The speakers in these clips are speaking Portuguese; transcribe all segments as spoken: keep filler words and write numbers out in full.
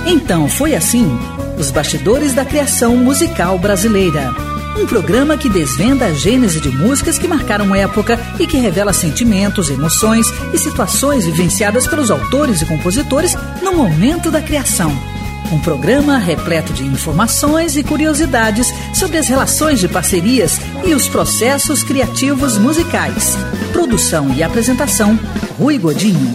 Então foi assim, os bastidores da criação musical brasileira. Um programa que desvenda a gênese de músicas que marcaram época e que revela sentimentos, emoções e situações vivenciadas pelos autores e compositores no momento da criação. Um programa repleto de informações e curiosidades sobre as relações de parcerias e os processos criativos musicais. Produção e apresentação, Rui Godinho.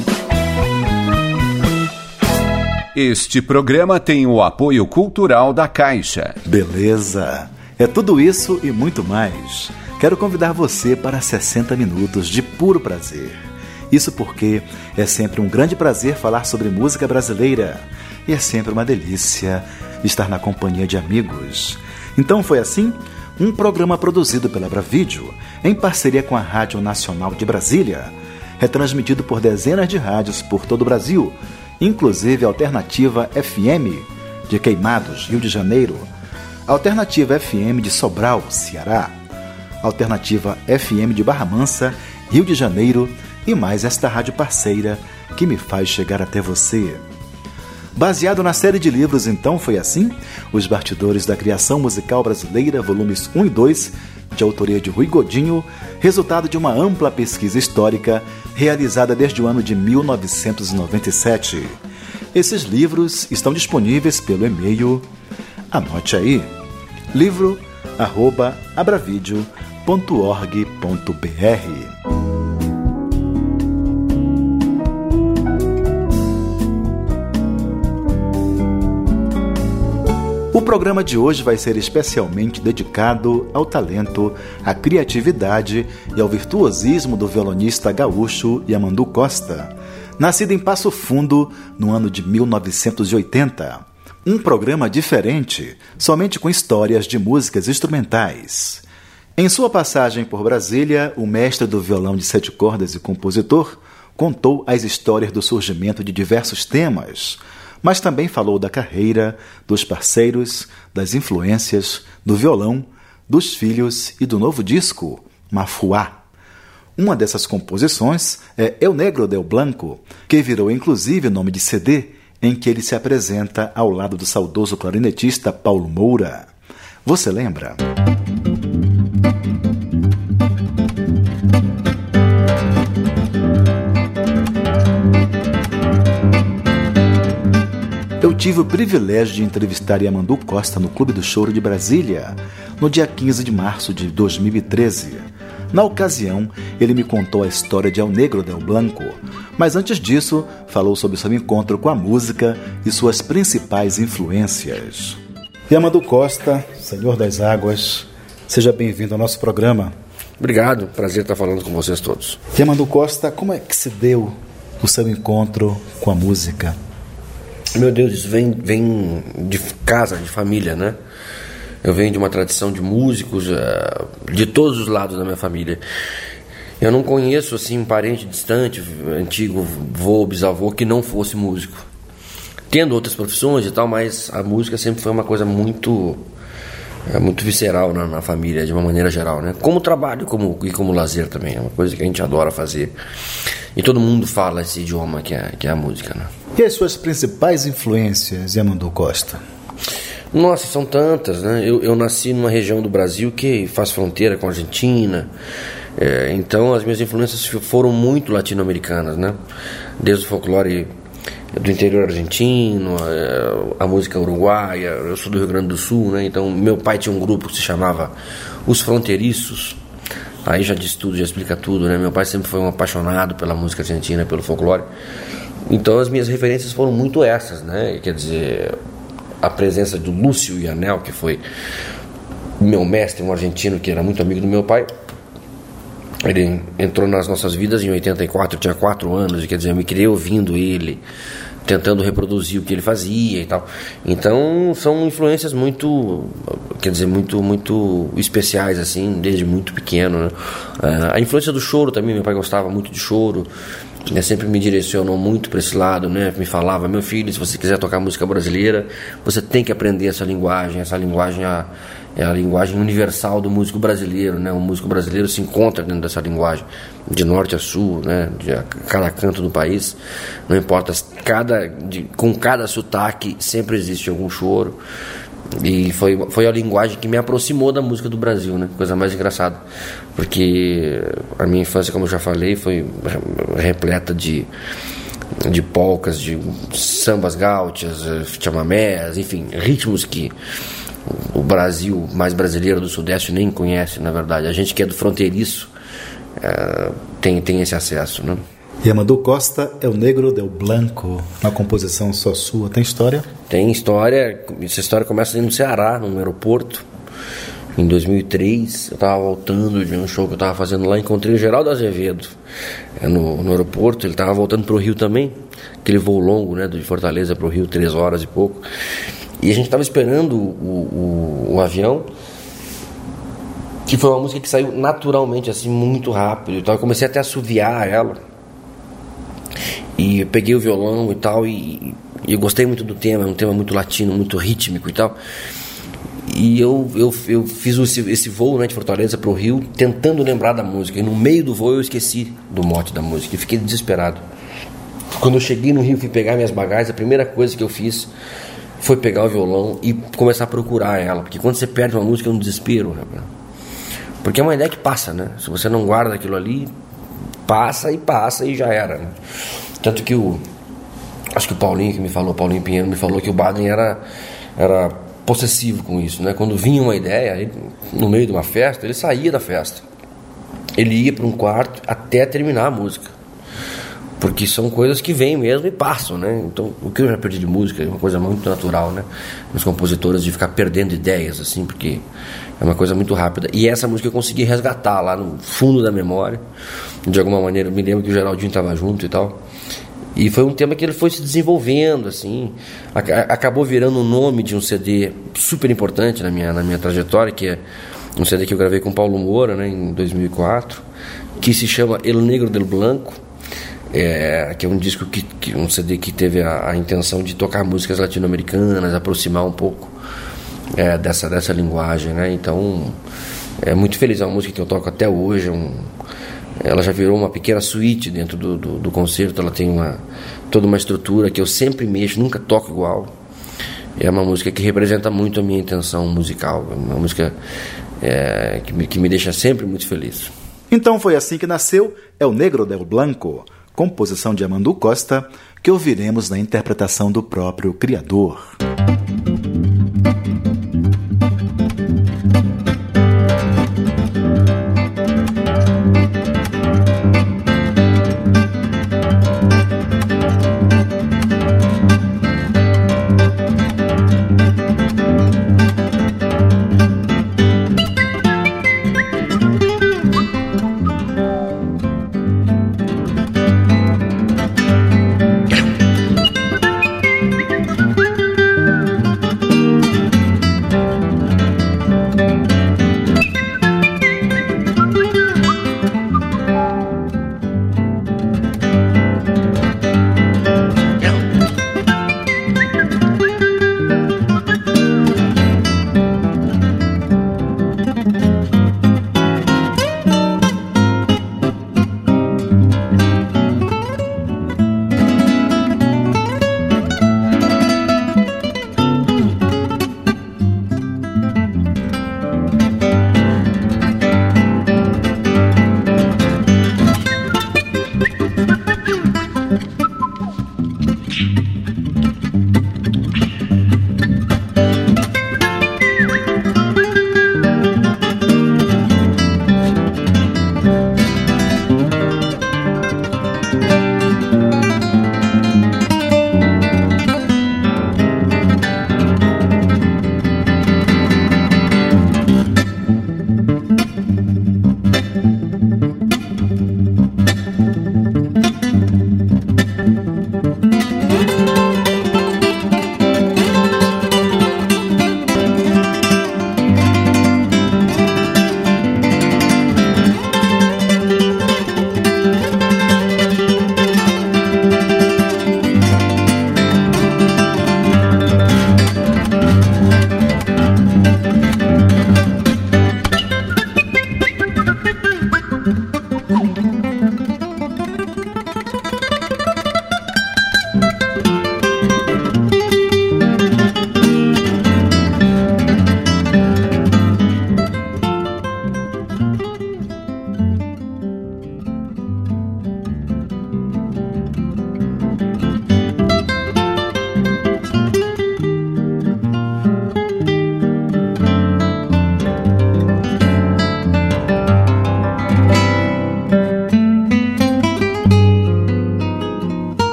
Este programa tem o apoio cultural da Caixa. Beleza! É tudo isso e muito mais. Quero convidar você para sessenta minutos de puro prazer. Isso porque é sempre um grande prazer falar sobre música brasileira. E é sempre uma delícia estar na companhia de amigos. Então foi assim, um programa produzido pela Abravídeo, em parceria com a Rádio Nacional de Brasília, retransmitido por dezenas de rádios por todo o Brasil, inclusive a Alternativa F M de Queimados, Rio de Janeiro, Alternativa F M de Sobral, Ceará, Alternativa F M de Barra Mansa, Rio de Janeiro e mais esta rádio parceira que me faz chegar até você. Baseado na série de livros Então Foi Assim, Os Bastidores da Criação Musical Brasileira, volumes um e dois, de autoria de Rui Godinho, resultado de uma ampla pesquisa histórica realizada desde o ano de mil novecentos e noventa e sete. Esses livros estão disponíveis pelo e-mail, anote aí, livro arroba abravideo ponto org ponto br. O programa de hoje vai ser especialmente dedicado ao talento, à criatividade e ao virtuosismo do violonista gaúcho Yamandu Costa, nascido em Passo Fundo no ano de mil novecentos e oitenta. Um programa diferente, somente com histórias de músicas instrumentais. Em sua passagem por Brasília, o mestre do violão de sete cordas e compositor contou as histórias do surgimento de diversos temas, mas também falou da carreira, dos parceiros, das influências, do violão, dos filhos e do novo disco, Mafuá. Uma dessas composições é El Negro del Blanco, que virou inclusive nome de C D, em que ele se apresenta ao lado do saudoso clarinetista Paulo Moura. Você lembra? Eu tive o privilégio de entrevistar Yamandu Costa no Clube do Choro de Brasília, no dia quinze de março de dois mil e treze. Na ocasião, ele me contou a história de El Negro del Blanco, mas antes disso, falou sobre seu encontro com a música e suas principais influências. Yamandu Costa, Senhor das Águas, seja bem-vindo ao nosso programa. Obrigado, prazer estar falando com vocês todos. Yamandu Costa, como é que se deu o seu encontro com a música? Meu Deus, isso vem, vem de casa, de família, né? Eu venho de uma tradição de músicos de todos os lados da minha família. Eu não conheço assim um parente distante, antigo, vô, bisavô, que não fosse músico. Tendo outras profissões e tal, mas a música sempre foi uma coisa muito, muito visceral na, na família, de uma maneira geral, né? Como trabalho como, e como lazer também, é uma coisa que a gente adora fazer. E todo mundo fala esse idioma que é, que é a música, né? E as suas principais influências, Yamandu Costa? Nossa, são tantas, né? Eu, eu nasci numa região do Brasil que faz fronteira com a Argentina, é, então as minhas influências foram muito latino-americanas, né? Desde o folclore do interior argentino, a, a música uruguaia. Eu sou do Rio Grande do Sul, né? Então meu pai tinha um grupo que se chamava Os Fronteiriços. Aí já diz tudo, já explica tudo, né? Meu pai sempre foi um apaixonado pela música argentina, pelo folclore. Então as minhas referências foram muito essas, né? Quer dizer, a presença do Lúcio Yanel, que foi meu mestre, um argentino que era muito amigo do meu pai. Ele entrou nas nossas vidas em oitenta e quatro, eu tinha quatro anos, e quer dizer, eu me criei ouvindo ele, tentando reproduzir o que ele fazia e tal. Então são influências muito, quer dizer, muito, muito especiais, assim, desde muito pequeno, né? A influência do choro também, meu pai gostava muito de choro, né? Sempre me direcionou muito para esse lado, né? Me falava, meu filho, se você quiser tocar música brasileira, você tem que aprender essa linguagem, essa linguagem a é a linguagem universal do músico brasileiro, né? O músico brasileiro se encontra dentro dessa linguagem, de norte a sul, né? De cada canto do país, não importa, cada, de, com cada sotaque sempre existe algum choro. E foi, foi a linguagem que me aproximou da música do Brasil, né? Coisa mais engraçada, porque a minha infância, como eu já falei, foi repleta de de polcas, de sambas gaúchas, chamamés, enfim, ritmos que o Brasil mais brasileiro do Sudeste nem conhece, na verdade. A gente que é do fronteiriço é, tem, tem esse acesso, né? Yamandu Costa é o Negro del Blanco, uma composição só sua. Tem história? Tem história. Essa história começa no Ceará, no aeroporto. Em dois mil e três, eu estava voltando de um show que eu estava fazendo lá, encontrei o Geraldo Azevedo no, no aeroporto. Ele estava voltando para o Rio também, aquele voo longo, né, de Fortaleza para o Rio, três horas e pouco. E a gente estava esperando o, o, o avião, que foi uma música que saiu naturalmente, assim, muito rápido. Então eu comecei até a assoviar ela. E eu peguei o violão e tal, e, e eu gostei muito do tema, é um tema muito latino, muito rítmico e tal. E eu, eu, eu fiz esse, esse voo, né, de Fortaleza para o Rio, tentando lembrar da música. E no meio do voo eu esqueci do mote da música e fiquei desesperado. Quando eu cheguei no Rio, fui pegar minhas bagagens, a primeira coisa que eu fiz foi pegar o violão e começar a procurar ela. Porque quando você perde uma música é um desespero, né? Porque é uma ideia que passa, né? Se você não guarda aquilo ali, passa e passa e já era, né? Tanto que o... Acho que o Paulinho que me falou, Paulinho Pinheiro me falou que o Baden era... era possessivo com isso, né? Quando vinha uma ideia, ele, no meio de uma festa, ele saía da festa. Ele ia para um quarto até terminar a música. Porque são coisas que vêm mesmo e passam, né? Então, o que eu já perdi de música é uma coisa muito natural, né? Nos compositores, de ficar perdendo ideias, assim, porque é uma coisa muito rápida. E essa música eu consegui resgatar lá no fundo da memória. De alguma maneira, eu me lembro que o Geraldinho estava junto e tal. E foi um tema que ele foi se desenvolvendo, assim, acabou virando o nome de um C D super importante na minha, na minha trajetória, que é um C D que eu gravei com Paulo Moura, né, em dois mil e quatro, que se chama El Negro del Blanco, é, que é um disco, que, que um C D que teve a, a intenção de tocar músicas latino-americanas, aproximar um pouco é, dessa, dessa linguagem, né? Então, é muito feliz, é uma música que eu toco até hoje, é um... Ela já virou uma pequena suíte dentro do, do, do concerto. Ela tem uma, toda uma estrutura que eu sempre mexo, nunca toco igual. É uma música que representa muito a minha intenção musical. É uma música é, que, me, que me deixa sempre muito feliz. Então foi assim que nasceu El Negro del Blanco, composição de Yamandu Costa, que ouviremos na interpretação do próprio criador.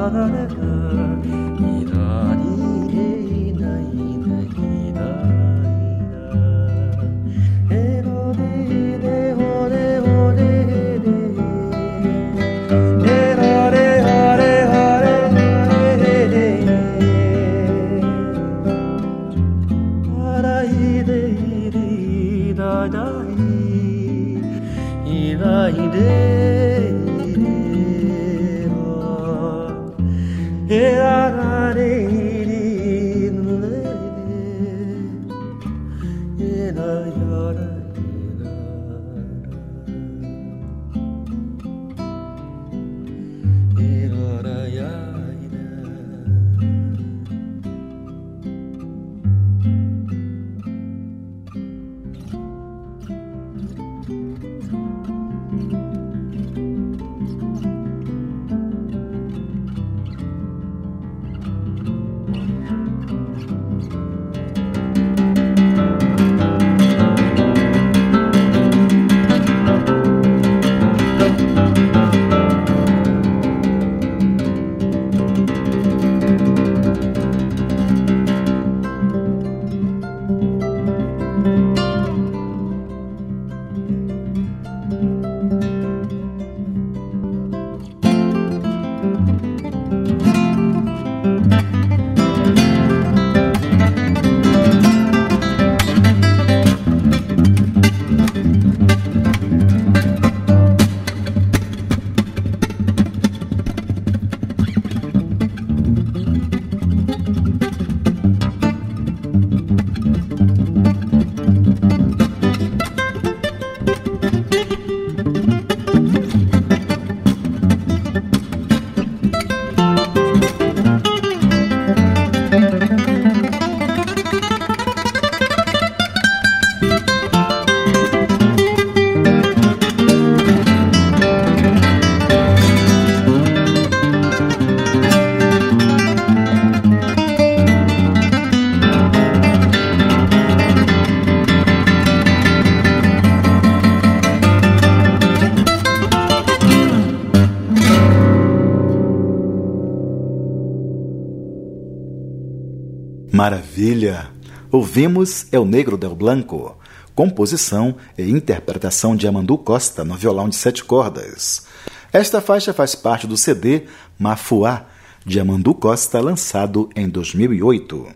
Maravilha! Ouvimos El Negro del Blanco, composição e interpretação de Yamandu Costa no violão de sete cordas. Esta faixa faz parte do C D Mafuá, de Yamandu Costa, lançado em dois mil e oito.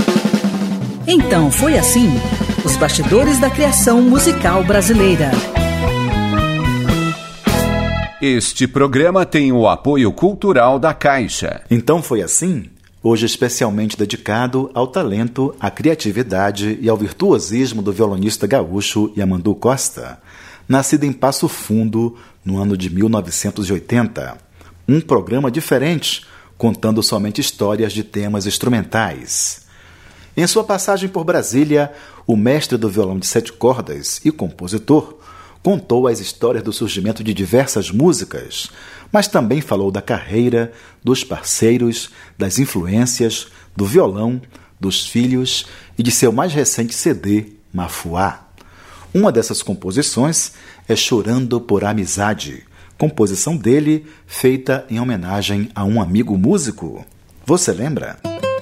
Então foi assim, os bastidores da criação musical brasileira. Este programa tem o apoio cultural da Caixa. Então foi assim? Hoje especialmente dedicado ao talento, à criatividade e ao virtuosismo do violonista gaúcho Yamandu Costa, nascido em Passo Fundo no ano de mil novecentos e oitenta. Um programa diferente, contando somente histórias de temas instrumentais. Em sua passagem por Brasília, o mestre do violão de sete cordas e compositor contou as histórias do surgimento de diversas músicas, mas também falou da carreira, dos parceiros, das influências, do violão, dos filhos e de seu mais recente C D, Mafuá. Uma dessas composições é Chorando por Amizade, composição dele feita em homenagem a um amigo músico. Você lembra?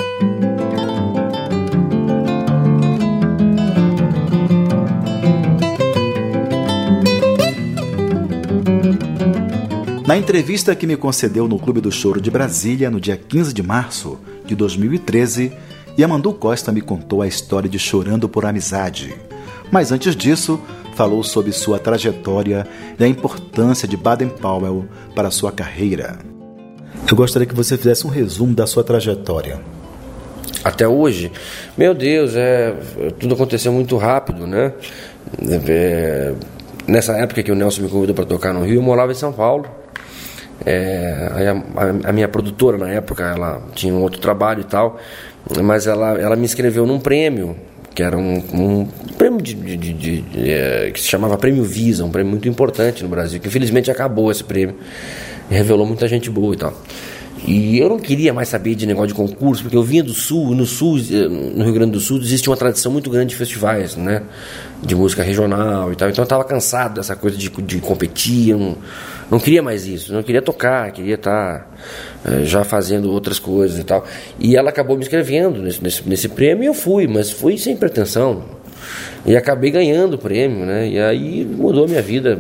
Na entrevista que me concedeu no Clube do Choro de Brasília, no dia quinze de março de dois mil e treze, Yamandu Costa me contou a história de Chorando por Amizade. Mas antes disso, falou sobre sua trajetória e a importância de Baden-Powell para sua carreira. Eu gostaria que você fizesse um resumo da sua trajetória. Até hoje, meu Deus, é, tudo aconteceu muito rápido, né? É, nessa época que o Nelson me convidou para tocar no Rio, eu morava em São Paulo. É, a, a minha produtora na época, ela tinha um outro trabalho e tal, mas ela, ela me inscreveu num prêmio, que era um, um prêmio de, de, de, de, de, é, que se chamava Prêmio Visa, um prêmio muito importante no Brasil, que infelizmente acabou esse prêmio, revelou muita gente boa e tal. E eu não queria mais saber de negócio de concurso, porque eu vinha do Sul, no Sul, no Rio Grande do Sul, existe uma tradição muito grande de festivais, né? De música regional e tal. Então eu estava cansado dessa coisa de, de competir, eu não, não queria mais isso, não queria tocar, queria estar é, já fazendo outras coisas e tal. E ela acabou me inscrevendo nesse, nesse, nesse prêmio e eu fui, mas fui sem pretensão. E acabei ganhando o prêmio, né? E aí mudou a minha vida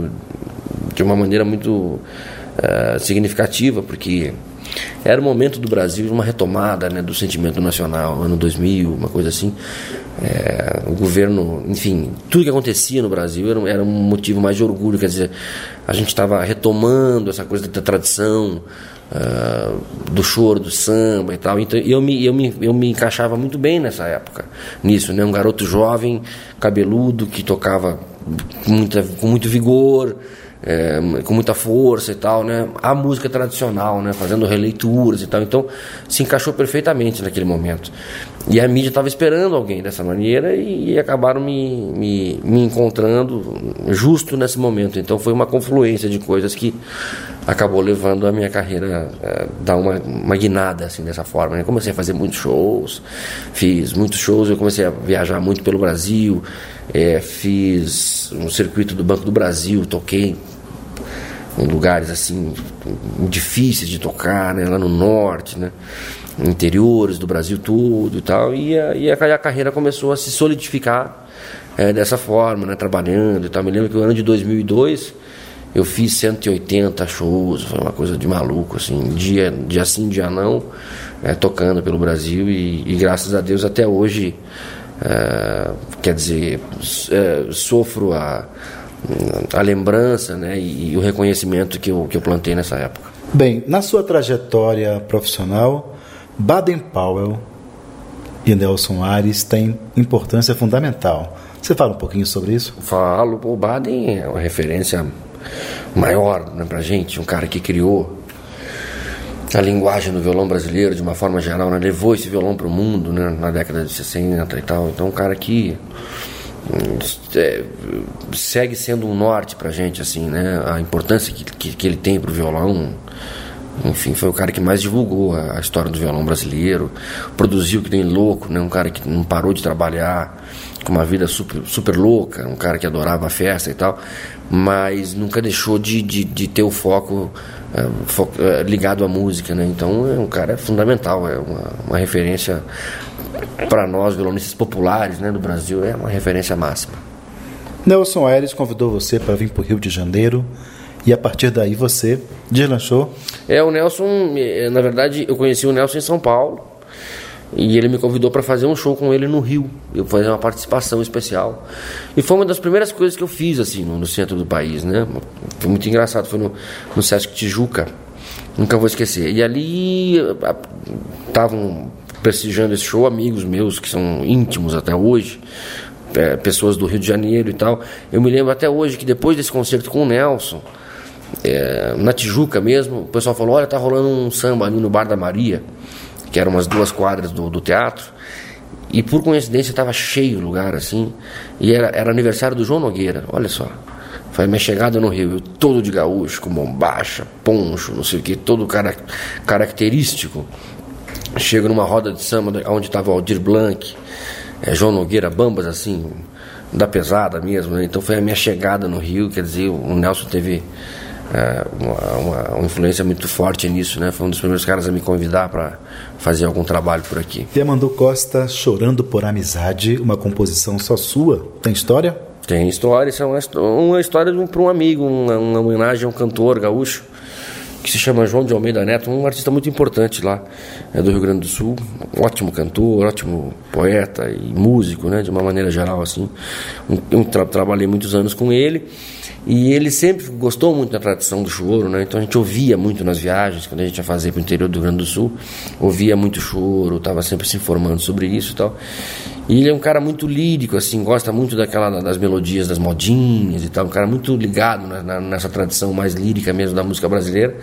de uma maneira muito uh, significativa, porque era o momento do Brasil, uma retomada, né, do sentimento nacional, ano dois mil, uma coisa assim. É, o governo, enfim, tudo que acontecia no Brasil era, era um motivo mais de orgulho, quer dizer, a gente estava retomando essa coisa da tradição, uh, do choro, do samba e tal. Então eu me, eu, me, eu me encaixava muito bem nessa época, nisso, né? Um garoto jovem, cabeludo, que tocava com, muita, com muito vigor, É, com muita força e tal, né? A música tradicional, né? Fazendo releituras e tal. Então se encaixou perfeitamente naquele momento. E a mídia estava esperando alguém dessa maneira e, e acabaram me, me, me encontrando justo nesse momento. Então foi uma confluência de coisas que acabou levando a minha carreira a dar uma, uma guinada assim, dessa forma, né? Comecei a fazer muitos shows, fiz muitos shows, eu comecei a viajar muito pelo Brasil, é, fiz um circuito do Banco do Brasil, toquei em lugares assim difíceis de tocar, né, lá no norte, né, interiores do Brasil tudo e tal, e a, e a carreira começou a se solidificar é, dessa forma, né, trabalhando e tal. Me lembro que no ano de dois mil e dois eu fiz cento e oitenta shows, foi uma coisa de maluco, assim, dia, dia sim, dia não, é, tocando pelo Brasil e, e graças a Deus até hoje, é, quer dizer, é, sofro a a lembrança, né, e, e o reconhecimento que eu, que eu plantei nessa época. Bem, na sua trajetória profissional, Baden Powell e Nelson Aires têm importância fundamental. Você fala um pouquinho sobre isso? Falo. O Baden é uma referência maior, né, pra gente, um cara que criou a linguagem do violão brasileiro de uma forma geral, né, levou esse violão para o mundo, né, na década de sessenta e tal. Então um cara que É, segue sendo um norte pra gente, assim, né? A importância que, que, que ele tem pro violão. Enfim, foi o cara que mais divulgou a, a história do violão brasileiro, produziu que nem louco, né? Um cara que não parou de trabalhar, com uma vida super, super louca, um cara que adorava a festa e tal, mas nunca deixou de, de, de ter o foco, é, fo, é, ligado à música, né? Então é um cara fundamental, é uma, uma referência para nós, violonistas populares, né, do Brasil, é uma referência máxima. Nelson Aires convidou você para vir para o Rio de Janeiro e a partir daí você deslanchou? É, o Nelson, na verdade, eu conheci o Nelson em São Paulo e ele me convidou para fazer um show com ele no Rio, eu fazer uma participação especial. E foi uma das primeiras coisas que eu fiz, assim, no, no centro do país, né? Foi muito engraçado, foi no, no Sesc Tijuca, nunca vou esquecer. E ali estavam prestigiando esse show amigos meus que são íntimos até hoje, é, pessoas do Rio de Janeiro e tal. Eu me lembro até hoje que depois desse concerto com o Nelson, é, na Tijuca mesmo, o pessoal falou: olha, tá rolando um samba ali no Bar da Maria, que eram umas duas quadras do, do teatro, e por coincidência estava cheio o lugar assim, e era, era aniversário do João Nogueira. Olha só, foi a minha chegada no Rio, eu todo de gaúcho, com bombacha, poncho, não sei o que, todo cara, característico. Chego numa roda de samba onde estava o Aldir Blanc, é, João Nogueira, bambas assim, da pesada mesmo, né? Então foi a minha chegada no Rio, quer dizer, o Nelson teve é, uma, uma, uma influência muito forte nisso, né? Foi um dos primeiros caras a me convidar para fazer algum trabalho por aqui. Yamandu Costa, Chorando por Amizade, uma composição só sua, tem história? Tem história, isso é uma, uma história para um amigo, uma, uma homenagem a um cantor gaúcho que se chama João de Almeida Neto, um artista muito importante lá, é, do Rio Grande do Sul, um ótimo cantor, ótimo poeta e músico, né, de uma maneira geral, assim. Eu tra- trabalhei muitos anos com ele e ele sempre gostou muito da tradição do choro, né, então a gente ouvia muito nas viagens, quando a gente ia fazer para o interior do Rio Grande do Sul, ouvia muito choro, estava sempre se informando sobre isso e tal. E ele é um cara muito lírico, assim, gosta muito daquela, das melodias, das modinhas e tal, um cara muito ligado na, na, nessa tradição mais lírica mesmo da música brasileira.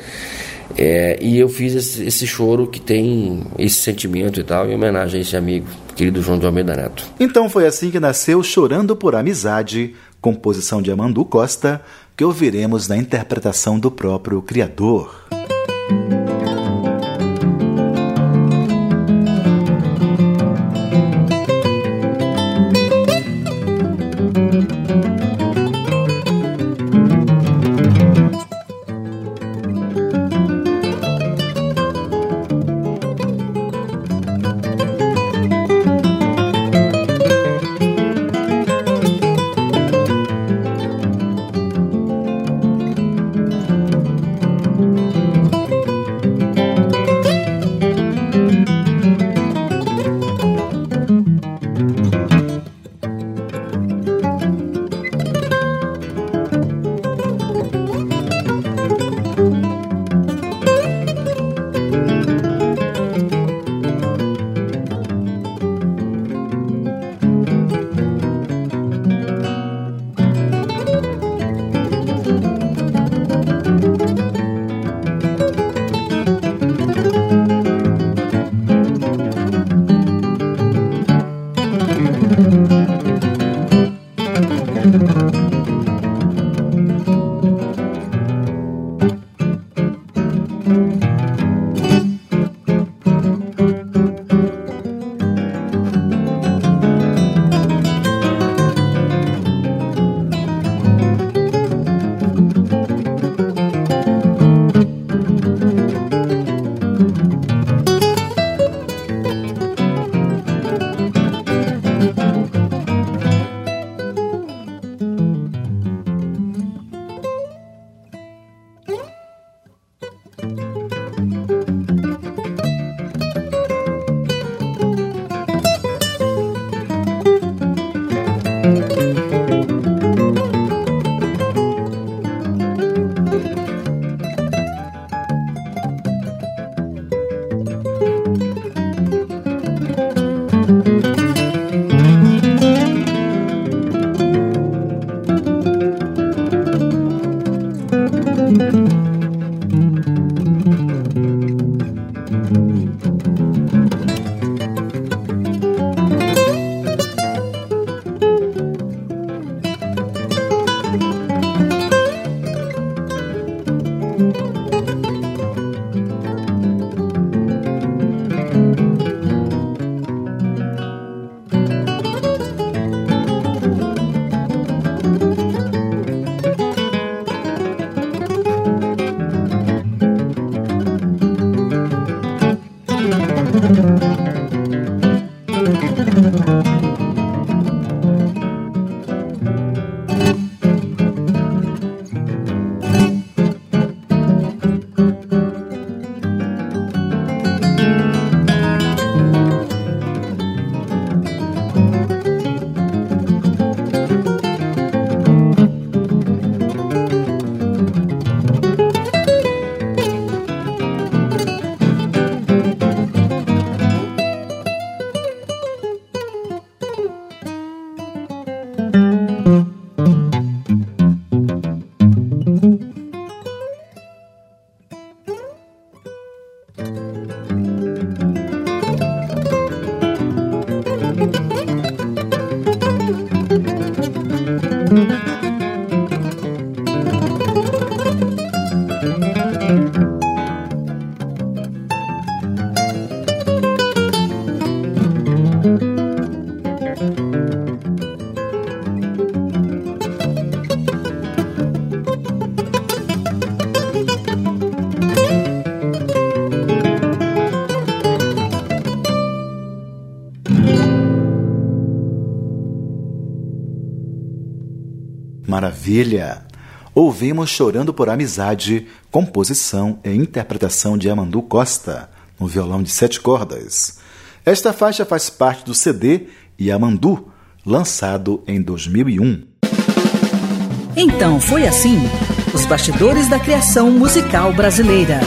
É, e eu fiz esse, esse choro que tem esse sentimento e tal, em homenagem a esse amigo, querido João de Almeida Neto. Então foi assim que nasceu Chorando por Amizade, composição de Yamandu Costa, que ouviremos na interpretação do próprio criador. Maravilha! Ouvimos Chorando por Amizade, composição e interpretação de Amandu Costa, no violão de sete cordas. Esta faixa faz parte do C D Yamandu, lançado em dois mil e um. Então foi assim, os bastidores da criação musical brasileira.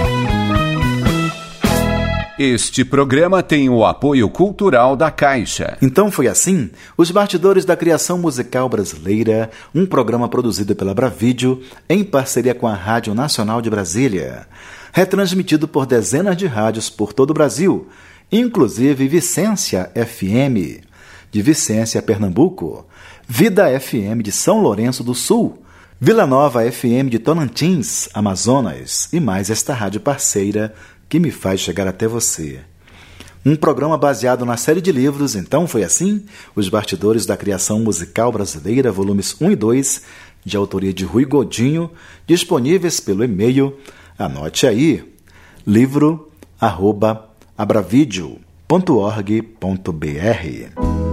Este programa tem o apoio cultural da Caixa. Então foi assim, os bastidores da criação musical brasileira, um programa produzido pela Bravídeo em parceria com a Rádio Nacional de Brasília, retransmitido por dezenas de rádios por todo o Brasil, inclusive Vicência F M, de Vicência, Pernambuco, Vida F M de São Lourenço do Sul, Vila Nova F M de Tocantins, Amazonas, e mais esta rádio parceira que me faz chegar até você. Um programa baseado na série de livros Então Foi Assim, Os Bastidores da Criação Musical Brasileira, volumes um e dois, de autoria de Rui Godinho, disponíveis pelo e-mail, anote aí, livro arroba abravideo ponto org ponto br.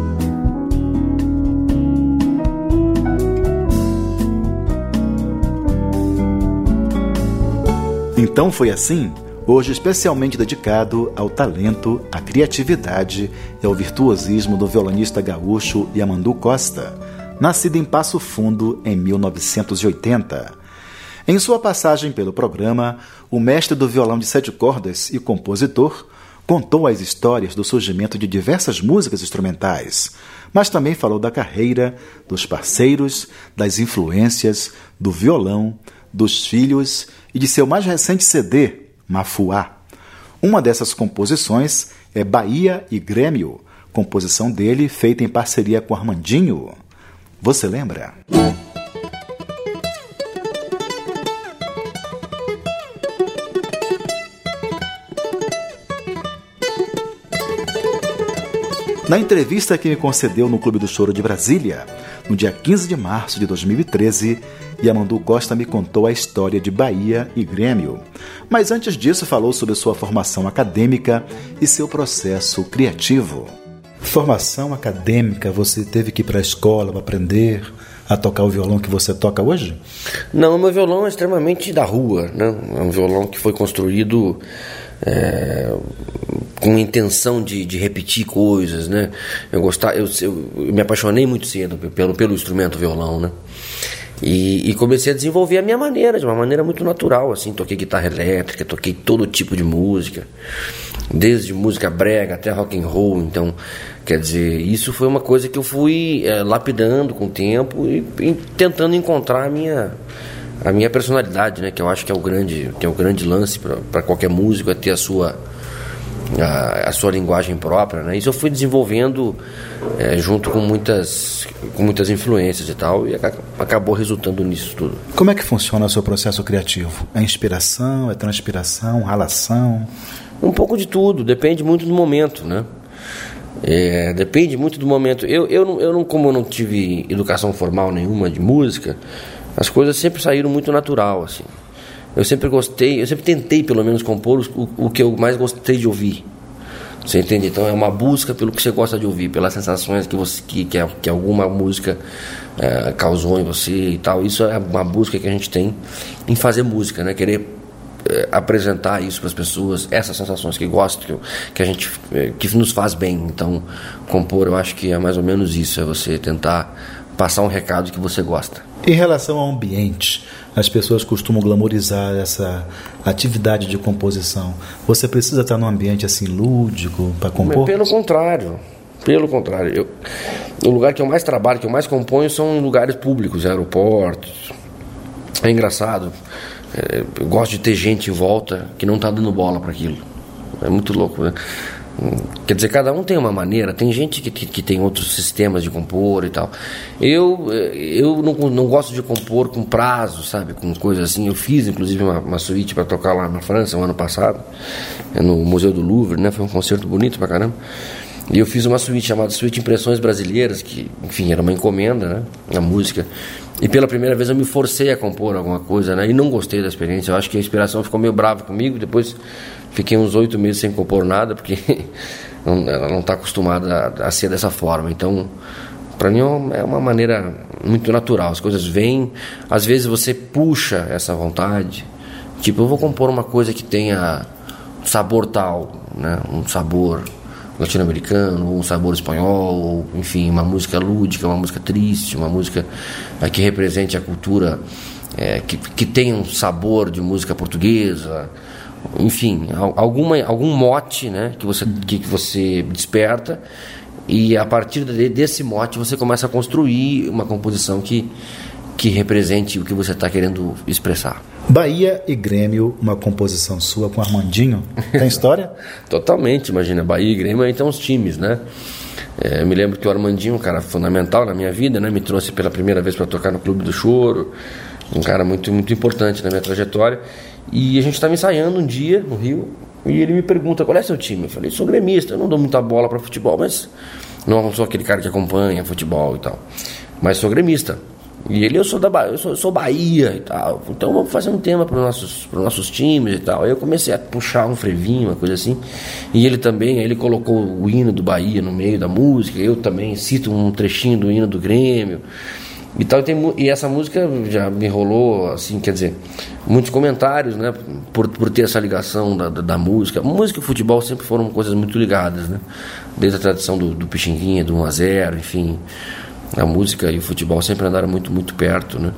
Então Foi Assim, hoje especialmente dedicado ao talento, à criatividade e ao virtuosismo do violonista gaúcho Yamandu Costa, nascido em Passo Fundo em mil novecentos e oitenta. Em sua passagem pelo programa, o mestre do violão de sete cordas e compositor contou as histórias do surgimento de diversas músicas instrumentais, mas também falou da carreira, dos parceiros, das influências, do violão, dos filhos e de seu mais recente C D, Mafuá. Uma dessas composições é Bahia e Grêmio, composição dele feita em parceria com Armandinho. Você lembra? Na entrevista que me concedeu no Clube do Choro de Brasília, no dia quinze de março de dois mil e treze, Yamandu Costa me contou a história de Bahia e Grêmio. Mas antes disso falou sobre sua formação acadêmica e seu processo criativo. Formação acadêmica, você teve que ir para a escola para aprender a tocar o violão que você toca hoje? Não, meu violão é extremamente da rua, né? É um violão que foi construído é, com intenção de, de repetir coisas, né? Eu, gostar, eu, eu, eu me apaixonei muito cedo pelo, pelo instrumento violão, né? E, e comecei a desenvolver a minha maneira, de uma maneira muito natural, assim. Toquei guitarra elétrica, toquei todo tipo de música, desde música brega até rock and roll. Então, quer dizer, isso foi uma coisa que eu fui é, lapidando com o tempo e, e tentando encontrar a minha, a minha personalidade, né? Que eu acho que é o grande, que é o grande lance para qualquer músico, é ter a sua, a, a sua linguagem própria, né? Isso eu fui desenvolvendo é, junto com muitas, com muitas influências e tal, e acabou resultando nisso tudo. Como é que funciona o seu processo criativo? É inspiração, é transpiração, ralação? Um pouco de tudo, depende muito do momento, né? É, depende muito do momento. Eu, eu, não, eu não, como eu não tive educação formal nenhuma de música, as coisas sempre saíram muito natural, assim. Eu sempre gostei, eu sempre tentei pelo menos compor o, o que eu mais gostei de ouvir. Você entende? Então é uma busca pelo que você gosta de ouvir, pelas sensações que, você, que, que, que alguma música é, causou em você e tal. Isso é uma busca que a gente tem em fazer música, né? Querer é, apresentar isso para as pessoas, essas sensações que gostam, que, que a gente é, que nos faz bem. Então, compor, eu acho que é mais ou menos isso, é você tentar passar um recado que você gosta. Em relação ao ambiente, as pessoas costumam glamorizar essa atividade de composição. Você precisa estar num ambiente assim lúdico para compor? Pelo contrário, pelo contrário. Eu, o lugar que eu mais trabalho, que eu mais componho, são em lugares públicos, aeroportos. É engraçado. É, eu gosto de ter gente em volta que não está dando bola para aquilo. É muito louco, né? Quer dizer, cada um tem uma maneira. Tem gente que, que, que tem outros sistemas de compor e tal. Eu, eu não, não gosto de compor com prazo, sabe? Com coisas assim. Eu fiz, inclusive, uma, uma suíte para tocar lá na França, no ano passado, no Museu do Louvre, né? Foi um concerto bonito pra caramba. E eu fiz uma suíte chamada Suíte Impressões Brasileiras, que, enfim, era uma encomenda, né? A música. E pela primeira vez eu me forcei a compor alguma coisa, né? E não gostei da experiência. Eu acho que a inspiração ficou meio brava comigo. Depois fiquei uns oito meses sem compor nada, porque não, ela não está acostumada a, a ser dessa forma. Então, para mim é uma maneira muito natural. As coisas vêm, às vezes você puxa essa vontade. Tipo, eu vou compor uma coisa que tenha sabor tal, né? Um sabor latino-americano, ou um sabor espanhol, ou, enfim, uma música lúdica, uma música triste, uma música é, que represente a cultura, é, que, que tenha um sabor de música portuguesa, enfim, alguma, algum mote, né, que, você, que você desperta, e a partir de, desse mote você começa a construir uma composição que, que represente o que você está querendo expressar. Bahia e Grêmio, uma composição sua com Armandinho, tem história? Totalmente, imagina, Bahia e Grêmio, então os times, né? É, eu me lembro que o Armandinho, um cara fundamental na minha vida, né? Me trouxe pela primeira vez para tocar no Clube do Choro, um cara muito, muito importante na minha trajetória, e a gente estava ensaiando um dia no Rio, e ele me pergunta, qual é seu time? Eu falei, sou gremista, eu não dou muita bola para futebol, mas não sou aquele cara que acompanha futebol e tal, mas sou gremista. E ele, eu sou da Bahia, eu sou, eu sou Bahia e tal, então vamos fazer um tema para os nossos, pros nossos times e tal. Aí eu comecei a puxar um frevinho, uma coisa assim, e ele também, aí ele colocou o hino do Bahia no meio da música, eu também cito um trechinho do hino do Grêmio e tal, e, tem, e essa música já me rolou, assim, quer dizer, muitos comentários, né, por, por ter essa ligação da, da, da música. Música e futebol sempre foram coisas muito ligadas, né, desde a tradição do, do Pixinguinha, do um a zero, enfim. A música e o futebol sempre andaram muito, muito perto, né?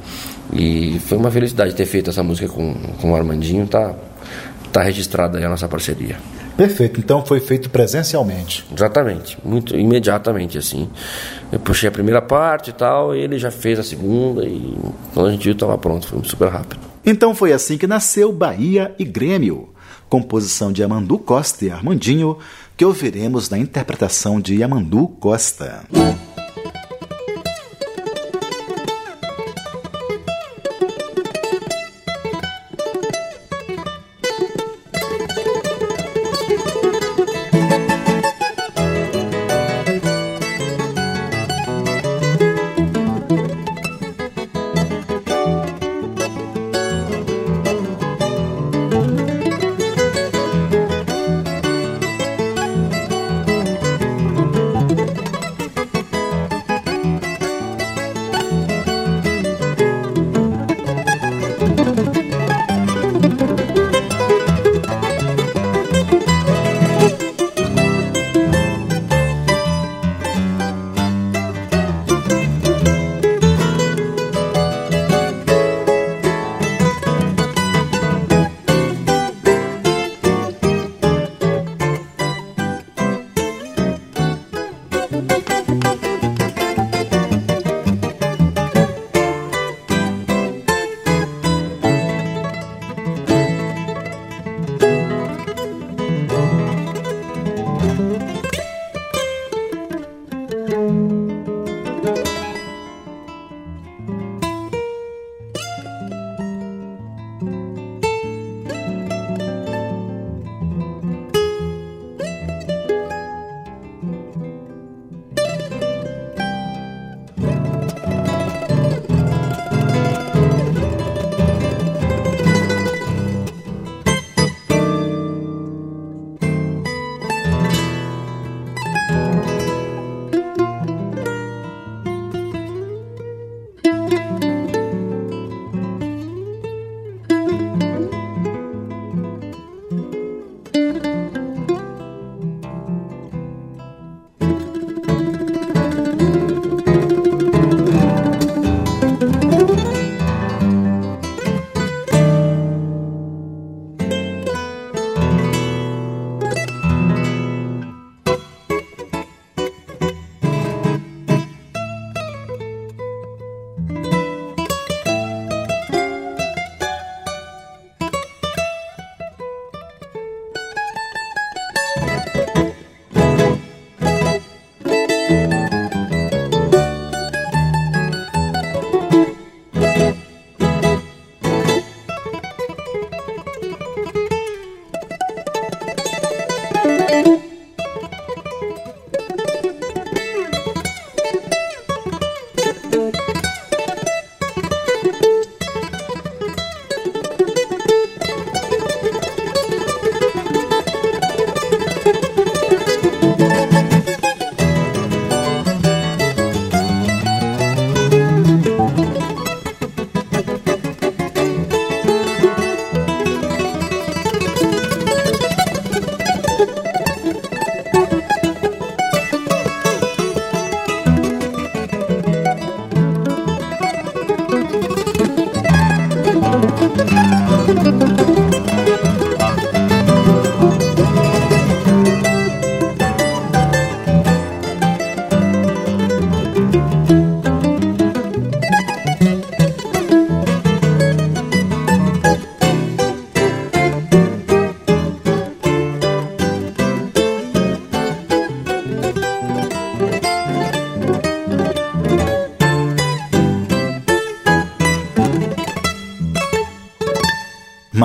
E foi uma felicidade ter feito essa música com, com o Armandinho. Tá, tá registrada aí a nossa parceria. Perfeito, então foi feito presencialmente. Exatamente, muito imediatamente assim. Eu puxei a primeira parte e tal, e ele já fez a segunda, e quando a gente viu estava pronto, foi super rápido. Então foi assim que nasceu Bahia e Grêmio, composição de Yamandu Costa e Armandinho, que ouviremos na interpretação de Yamandu Costa.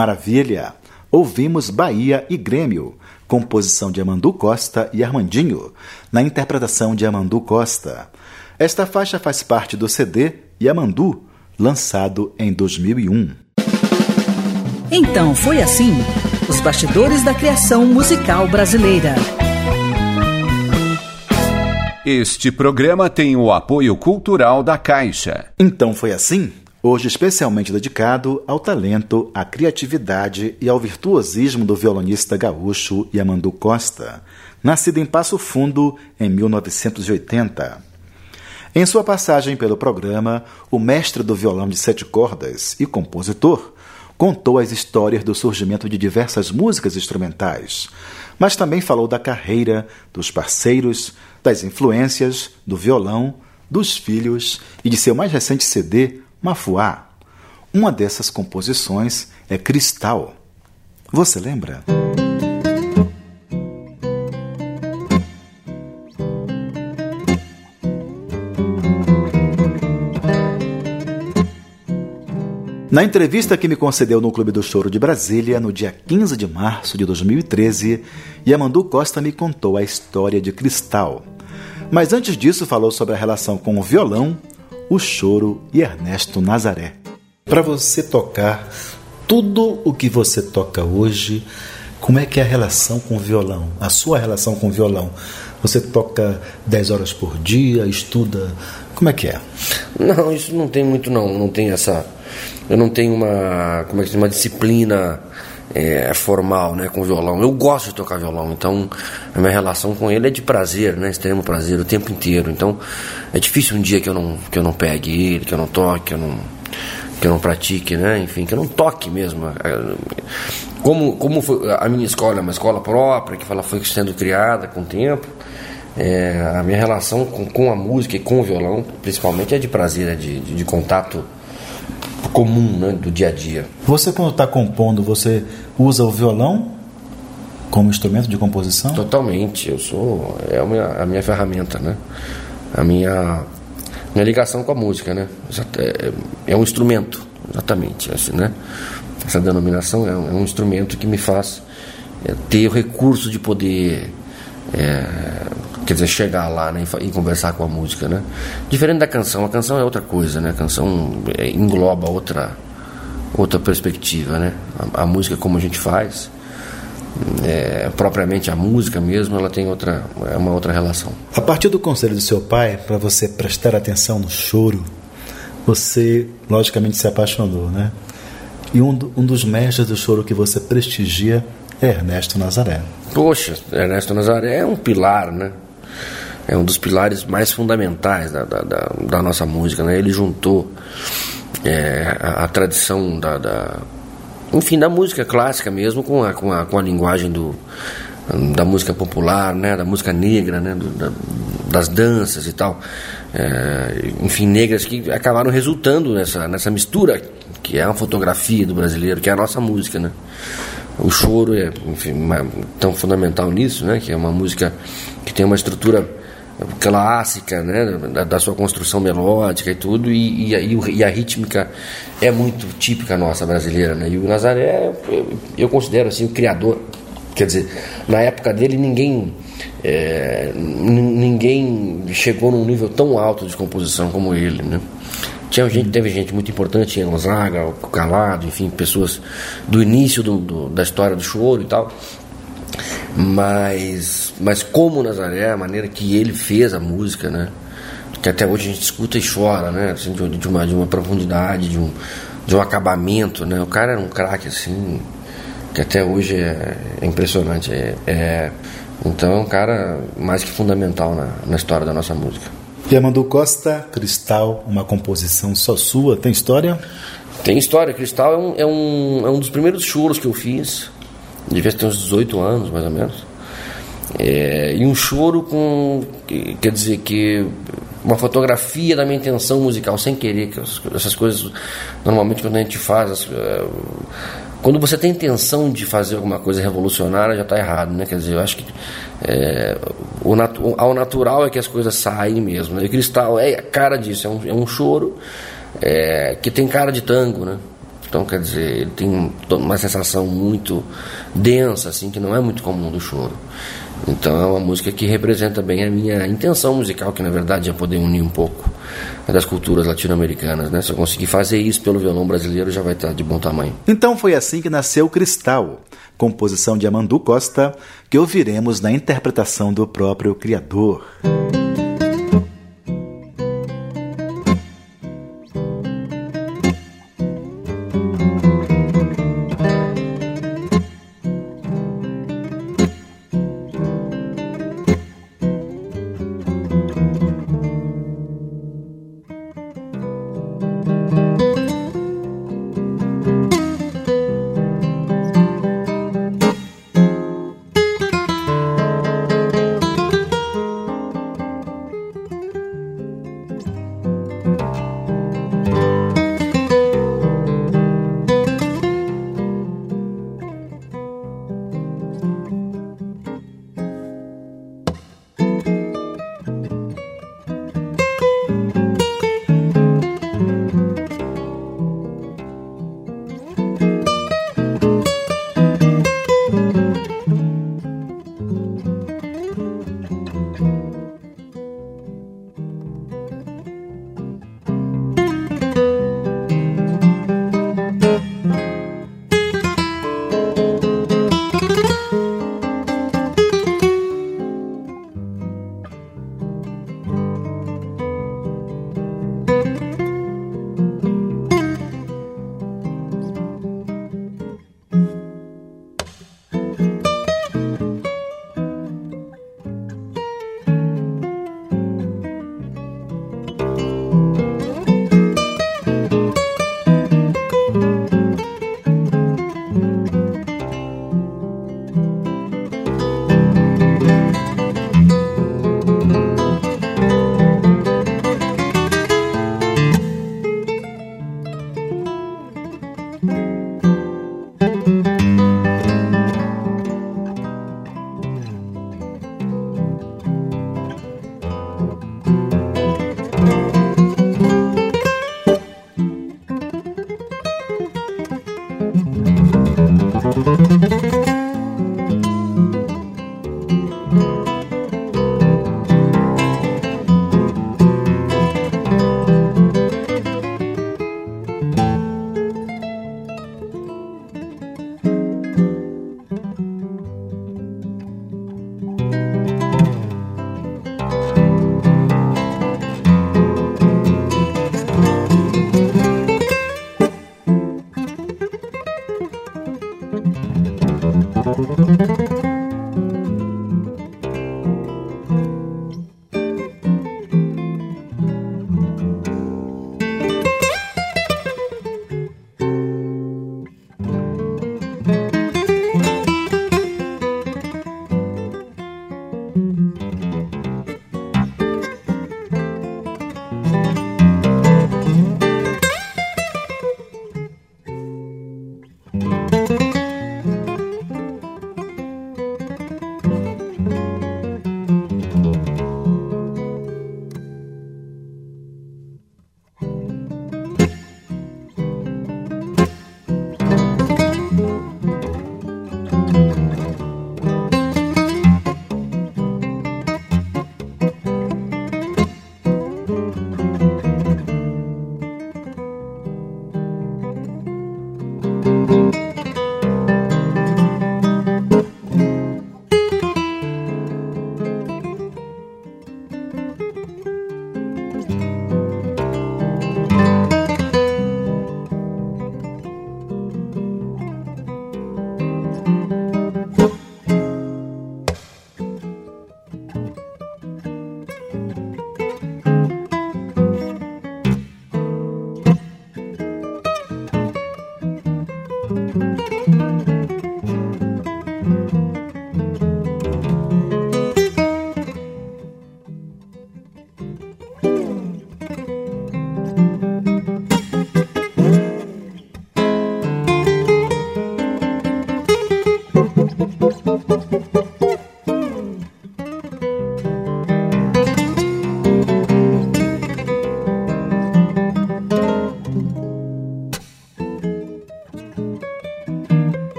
Maravilha! Ouvimos Bahia e Grêmio, composição de Amandu Costa e Armandinho, na interpretação de Amandu Costa. Esta faixa faz parte do C D Yamandu, lançado em dois mil e um. Então foi assim, os bastidores da criação musical brasileira. Este programa tem o apoio cultural da Caixa. Então foi assim, hoje especialmente dedicado ao talento, à criatividade e ao virtuosismo do violonista gaúcho Yamandu Costa, nascido em Passo Fundo em mil novecentos e oitenta. Em sua passagem pelo programa, o mestre do violão de sete cordas e compositor contou as histórias do surgimento de diversas músicas instrumentais, mas também falou da carreira, dos parceiros, das influências, do violão, dos filhos e de seu mais recente C D, Mafuá. Uma dessas composições é Cristal. Você lembra? Na entrevista que me concedeu no Clube do Choro de Brasília, no dia quinze de março de dois mil e treze, Yamandu Costa me contou a história de Cristal. Mas antes disso falou sobre a relação com o violão, o choro e Ernesto Nazaré. Para você tocar tudo o que você toca hoje, como é que é a relação com o violão? A sua relação com o violão? Você toca dez horas por dia, estuda? Como é que é? Não, isso não tem muito não, não tem essa... Eu não tenho uma, como é que, uma disciplina é, formal, né, com o violão. Eu gosto de tocar violão, então a minha relação com ele é de prazer, né, extremo prazer, o tempo inteiro. Então é difícil um dia que eu não, que eu não pegue ele, que eu não toque, que eu não, que eu não pratique, né, enfim, que eu não toque mesmo. Como, como foi, a minha escola é uma escola própria, que ela foi sendo criada com o tempo, é, a minha relação com, com a música e com o violão, principalmente, é de prazer, é de, de, de contato comum, né, do dia a dia. Você, quando está compondo, você usa o violão como instrumento de composição? Totalmente, eu sou, é a minha, a minha ferramenta, né? A minha, minha ligação com a música, né? É, é um instrumento, exatamente, assim, né? Essa denominação é um, é um instrumento que me faz é, ter o recurso de poder, é, quer dizer, chegar lá, né, e, e conversar com a música, né? Diferente da canção, a canção é outra coisa, né? A canção é, engloba outra, outra perspectiva, né? A, a música, como a gente faz, é, propriamente a música mesmo, ela tem outra, é uma outra relação. A partir do conselho do seu pai, para você prestar atenção no choro, você logicamente se apaixonou, né? E um, um dos mestres do choro que você prestigia é Ernesto Nazaré. Poxa, Ernesto Nazaré é um pilar, né? É um dos pilares mais fundamentais da, da, da, da nossa música, né? Ele juntou é, a, a tradição da, da, enfim, da música clássica mesmo com a, com a, com a linguagem do, da música popular, né? Da música negra, né? Do, da, das danças e tal, é, enfim, negras que acabaram resultando nessa, nessa mistura que é a fotografia do brasileiro, que é a nossa música, né? O choro é, enfim, uma, tão fundamental nisso, né? Que é uma música que tem uma estrutura clássica, né? Da, da sua construção melódica e tudo, e, e, a, e a rítmica é muito típica nossa brasileira, né? E o Nazaré, eu, eu considero assim o criador, quer dizer, na época dele ninguém é, n- ninguém chegou num nível tão alto de composição como ele, né? Tinha gente, teve gente muito importante, tinha Gonzaga, o Calado, enfim, pessoas do início do, do, da história do choro e tal. Mas, mas como Nazaré, a maneira que ele fez a música, né? Que até hoje a gente escuta e chora, né? Assim, de, de, uma, de uma profundidade, de um, de um acabamento, né? O cara era um craque, assim, que até hoje é, é impressionante. É, é, então é um cara mais que fundamental na, na história da nossa música. Yamandu Costa, Cristal, uma composição só sua, tem história? Tem história. Cristal é um, é um, é um dos primeiros choros que eu fiz, devia ter uns dezoito anos mais ou menos, é, e um choro com, quer dizer, que uma fotografia da minha intenção musical, sem querer, que essas coisas normalmente quando a gente faz, quando você tem intenção de fazer alguma coisa revolucionária, já está errado, né? Quer dizer, eu acho que é, o natu- ao natural é que as coisas saem mesmo, né? E Cristal é a cara disso, é um, é um choro é, que tem cara de tango, né? Então, quer dizer, ele tem uma sensação muito densa, assim, que não é muito comum do choro. Então é uma música que representa bem a minha intenção musical, que na verdade é poder unir um pouco das culturas latino-americanas, né? Se eu conseguir fazer isso pelo violão brasileiro, já vai estar de bom tamanho. Então foi assim que nasceu Cristal, composição de Amandu Costa, que ouviremos na interpretação do próprio criador.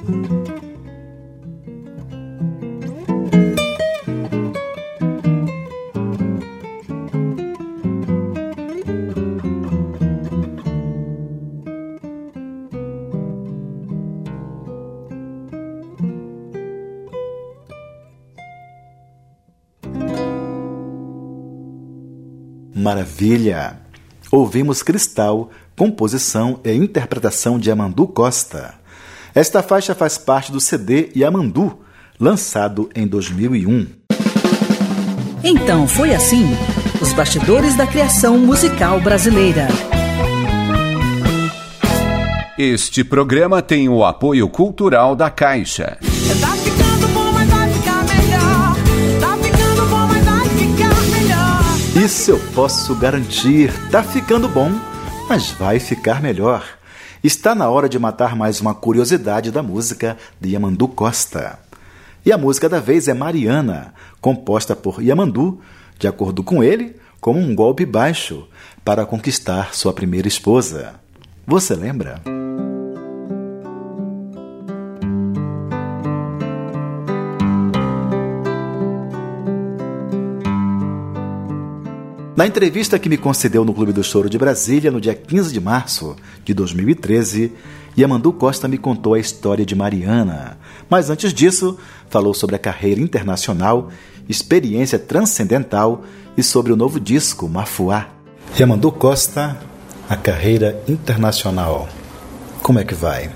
Maravilha! Ouvimos Cristal, composição e interpretação de Yamandu Costa. Esta faixa faz parte do C D Yamandu, lançado em dois mil e um. Então foi assim, os bastidores da criação musical brasileira. Este programa tem o apoio cultural da Caixa. Tá ficando bom, mas vai ficar melhor. Tá ficando bom, mas vai ficar melhor. Isso eu posso garantir. Tá ficando bom, mas vai ficar melhor. Está na hora de matar mais uma curiosidade da música de Yamandu Costa. E a música da vez é Mariana, composta por Yamandu, de acordo com ele, como um golpe baixo para conquistar sua primeira esposa. Você lembra? Na entrevista que me concedeu no Clube do Choro de Brasília, no dia quinze de março de dois mil e treze, Yamandu Costa me contou a história de Mariana. Mas antes disso, falou sobre a carreira internacional, experiência transcendental e sobre o novo disco, Mafuá. Yamandu Costa, a carreira internacional. Como é que vai?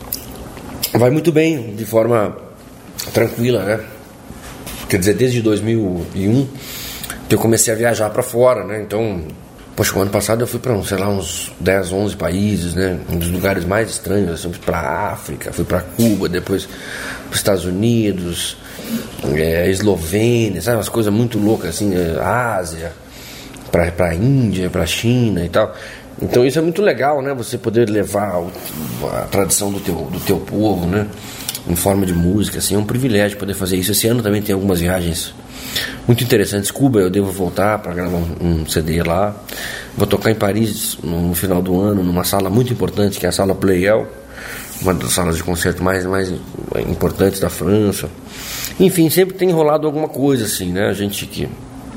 Vai muito bem, de forma tranquila, né? Quer dizer, desde dois mil e um... eu comecei a viajar para fora, né? Então, poxa, o ano passado eu fui para, sei lá, uns dez, onze países, né? Um dos lugares mais estranhos, assim, fui para a África, fui para Cuba, depois para os Estados Unidos, é, Eslovênia, sabe? Umas coisas muito loucas, assim, é, Ásia, para a Índia, para a China e tal. Então isso é muito legal, né? Você poder levar o, a tradição do teu, do teu povo, né? Em forma de música, assim, é um privilégio poder fazer isso. Esse ano também tem algumas viagens muito interessantes. Cuba, eu devo voltar para gravar um, um C D lá. Vou tocar em Paris no, no final do ano, numa sala muito importante, que é a Sala Pleyel, uma das salas de concerto mais, mais importantes da França. Enfim, sempre tem rolado alguma coisa assim, né? A gente que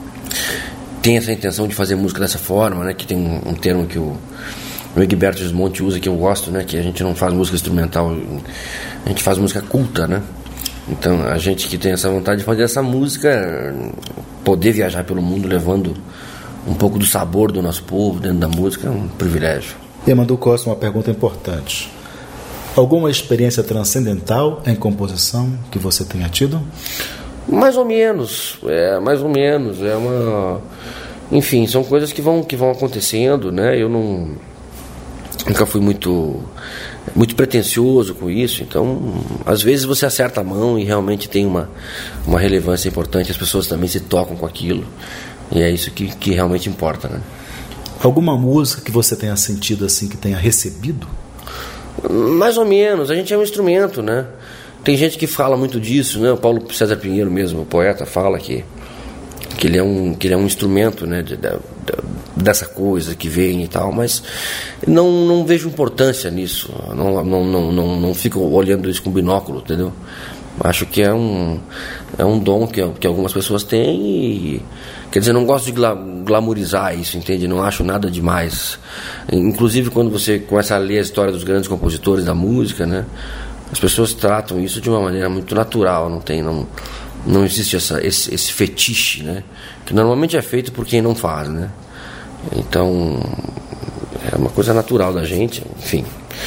tem essa intenção de fazer música dessa forma, né? Que tem um, um termo que o, o Egberto Gismonti usa, que eu gosto, né? Que a gente não faz música instrumental, a gente faz música culta, né? Então, a gente que tem essa vontade de fazer essa música, poder viajar pelo mundo levando um pouco do sabor do nosso povo dentro da música, é um privilégio. Yamandu Costa, uma pergunta importante. Alguma experiência transcendental em composição que você tenha tido? Mais ou menos, é, mais ou menos. É uma... Enfim, são coisas que vão, que vão acontecendo, né? Eu não... nunca fui muito... muito pretensioso com isso, então às vezes você acerta a mão e realmente tem uma, uma relevância importante, as pessoas também se tocam com aquilo, e é isso que, que realmente importa, né? Alguma música que você tenha sentido assim, que tenha recebido? Mais ou menos, a gente é um instrumento, né? Tem gente que fala muito disso, né? O Paulo César Pinheiro mesmo, o poeta, fala que, que, ele, é um, que ele é um instrumento, né? De, de, de, dessa coisa que vem e tal, mas não, não vejo importância nisso, não, não, não, não, não fico olhando isso com binóculo, entendeu? Acho que é um, é um dom que, que algumas pessoas têm e, quer dizer, não gosto de gla, glamourizar isso, entende? Não acho nada demais. Inclusive quando você começa a ler a história dos grandes compositores da música, né? As pessoas tratam isso de uma maneira muito natural, não tem, não, não existe essa, esse, esse fetiche, né? Que normalmente é feito por quem não faz, né? Então é uma coisa natural da gente, enfim,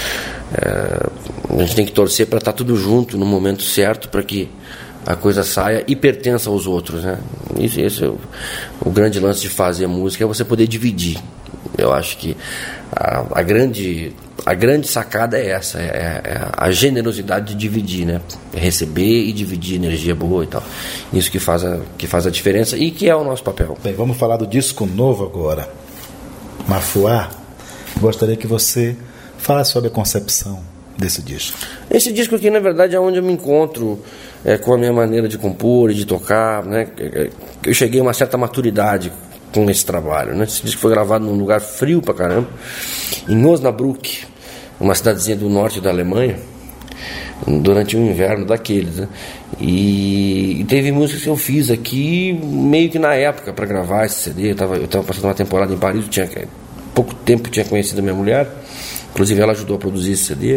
é, a gente tem que torcer para estar tudo junto no momento certo, para que a coisa saia e pertença aos outros, né? Isso, esse é o, o grande lance de fazer música, é você poder dividir. Eu acho que a, a grande a grande sacada é essa, é, é a generosidade de dividir, né? É receber e dividir energia boa e tal. Isso que faz a, que faz a diferença e que é o nosso papel. Bem, vamos falar do disco novo agora, Mafuá. Gostaria que você falasse sobre a concepção desse disco. Esse disco aqui, na verdade, é onde eu me encontro é, com a minha maneira de compor e de tocar, né? Eu cheguei a uma certa maturidade com esse trabalho, né? Esse disco foi gravado num lugar frio pra caramba, em Osnabrück, uma cidadezinha do norte da Alemanha, durante o inverno daqueles, né? E, e teve músicas que eu fiz aqui meio que na época para gravar esse C D. Eu tava, eu tava passando uma temporada em Paris, eu tinha pouco tempo tinha conhecido a minha mulher, inclusive ela ajudou a produzir esse C D.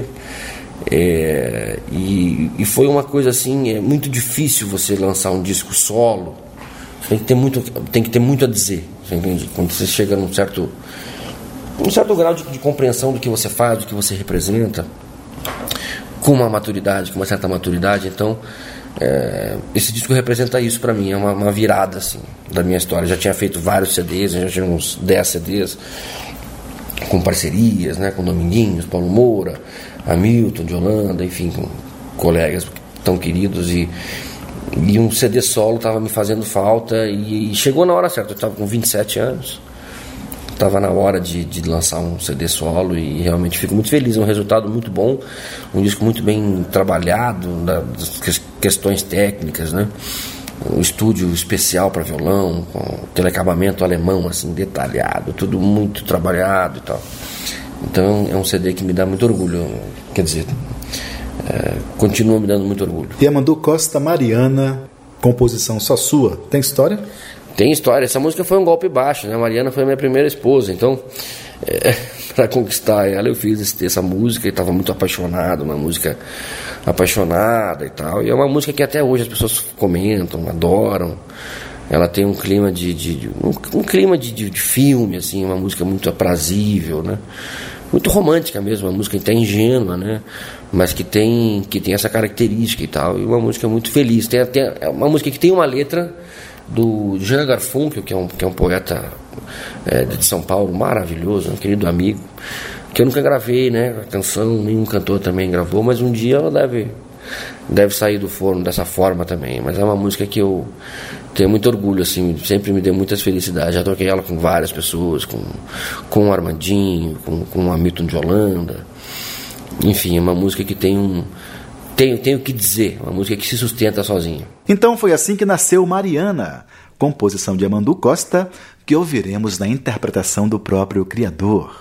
É, e, e foi uma coisa assim, é muito difícil você lançar um disco solo. Você tem que ter muito, tem que ter muito a dizer, você entende? Quando você chega num certo um certo grau de, de compreensão do que você faz, do que você representa, com uma maturidade, com uma certa maturidade. Então é, esse disco representa isso pra mim, é uma, uma virada assim, da minha história. Eu já tinha feito vários C Ds, já tinha uns dez C Ds com parcerias, né, com Dominguinhos, Paulo Moura, Hamilton de Holanda, enfim, com colegas tão queridos, e, e um C D solo estava me fazendo falta, e, e chegou na hora certa. Eu estava com vinte e sete anos, estava na hora de, de lançar um C D solo, e realmente fico muito feliz. É um resultado muito bom, um disco muito bem trabalhado, das questões técnicas, né? Um estúdio especial para violão, com teleacabamento alemão assim, detalhado, tudo muito trabalhado e tal. Então é um C D que me dá muito orgulho, quer dizer, é, continua me dando muito orgulho. Yamandu Costa, Mariana, composição só sua, tem história? Tem história. Essa música foi um golpe baixo, né? A Mariana foi a minha primeira esposa, então é, para conquistar ela eu fiz esse, essa música, e estava muito apaixonado, uma música apaixonada e tal, e é uma música que até hoje as pessoas comentam, adoram. Ela tem um clima de, de, de um, um clima de, de, de filme, assim, uma música muito aprazível, né? Muito romântica mesmo, uma música até ingênua, né? Mas que tem, que tem essa característica e tal, e uma música muito feliz. Tem, tem, é uma música que tem uma letra do Jean Garfunkel, que é um, que é um poeta é, de São Paulo, maravilhoso, um querido amigo, que eu nunca gravei, né, a canção, nenhum cantor também gravou, mas um dia ela deve, deve sair do forno dessa forma também. Mas é uma música que eu tenho muito orgulho, assim, sempre me deu muitas felicidades. Já toquei ela com várias pessoas, com, com o Armandinho, com, com o Hamilton de Holanda. Enfim, é uma música que tem um Tenho, tenho que dizer, uma música que se sustenta sozinha. Então foi assim que nasceu Mariana, composição de Yamandu Costa, que ouviremos na interpretação do próprio criador.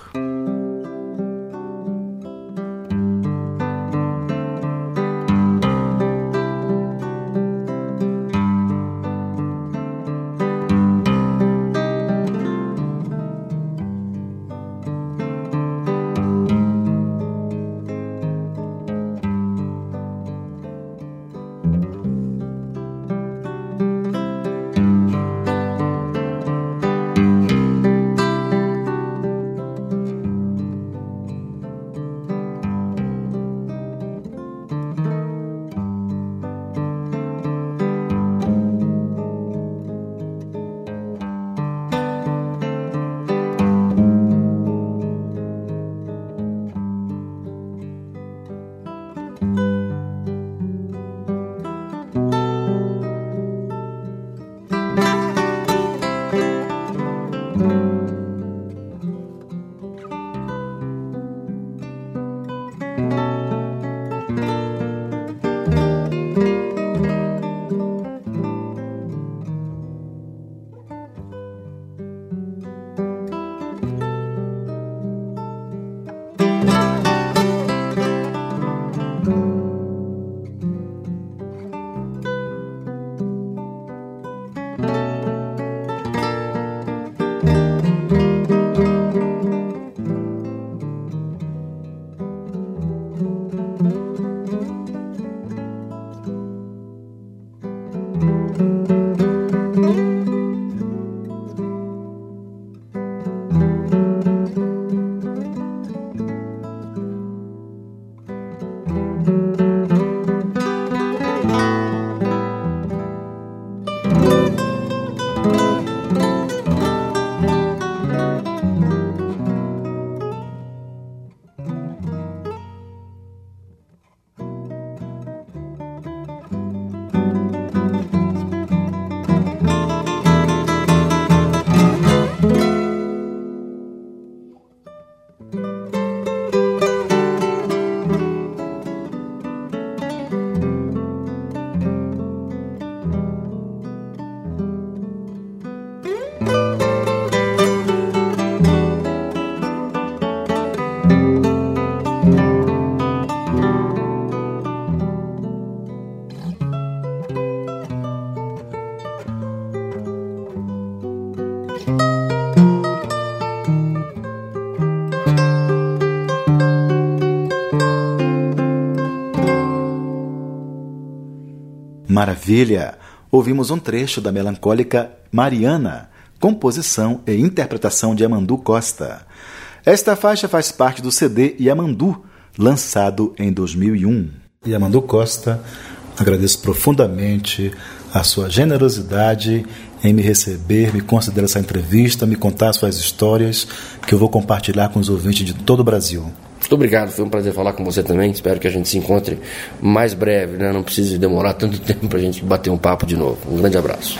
Maravilha! Ouvimos um trecho da melancólica Mariana, composição e interpretação de Yamandu Costa. Esta faixa faz parte do C D Yamandu, lançado em dois mil e um. Yamandu Costa, agradeço profundamente a sua generosidade em me receber, me considerar essa entrevista, me contar suas histórias, que eu vou compartilhar com os ouvintes de todo o Brasil. Muito obrigado, foi um prazer falar com você também. Espero que a gente se encontre mais breve, né? Não precisa demorar tanto tempo para a gente bater um papo de novo. Um grande abraço.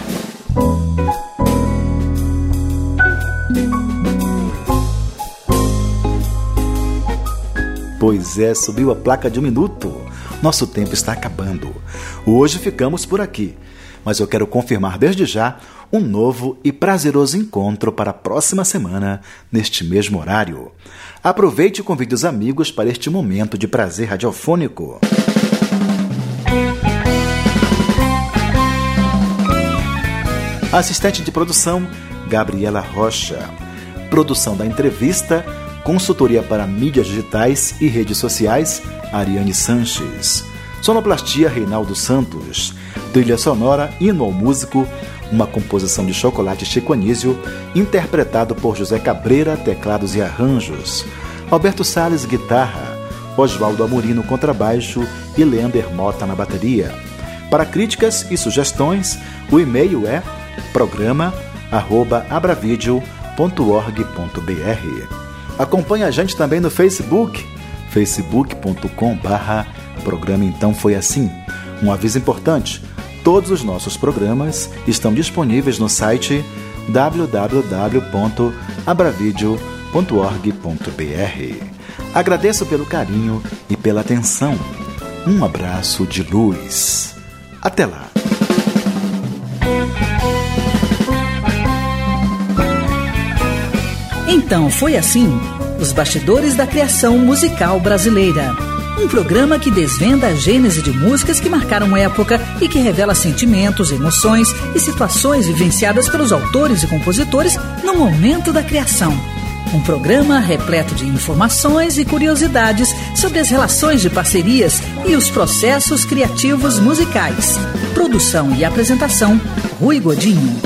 Pois é, subiu a placa de um minuto. Nosso tempo está acabando. Hoje ficamos por aqui, mas eu quero confirmar desde já um novo e prazeroso encontro para a próxima semana, neste mesmo horário. Aproveite e convide os amigos para este momento de prazer radiofônico. Assistente de produção, Gabriela Rocha. Produção da entrevista, consultoria para mídias digitais e redes sociais, Ariane Sanches. Sonoplastia, Reinaldo Santos. Trilha sonora, Hino ao Músico, uma composição de Chocolate Chico Anísio, interpretado por José Cabreira, teclados e arranjos. Alberto Salles, guitarra. Oswaldo Amorim no contrabaixo e Leander Mota na bateria. Para críticas e sugestões, o e-mail é programa arroba abravideo ponto org ponto br. Acompanhe a gente também no Facebook, facebook ponto com barra programa Então Foi Assim. Um aviso importante, todos os nossos programas estão disponíveis no site w w w ponto abravideo ponto org ponto br. Agradeço pelo carinho e pela atenção. Um abraço de luz. Até lá. Então Foi Assim, os bastidores da criação musical brasileira. Um programa que desvenda a gênese de músicas que marcaram época e que revela sentimentos, emoções e situações vivenciadas pelos autores e compositores no momento da criação. Um programa repleto de informações e curiosidades sobre as relações de parcerias e os processos criativos musicais. Produção e apresentação, Rui Godinho.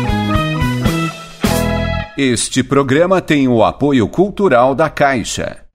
Este programa tem o apoio cultural da Caixa.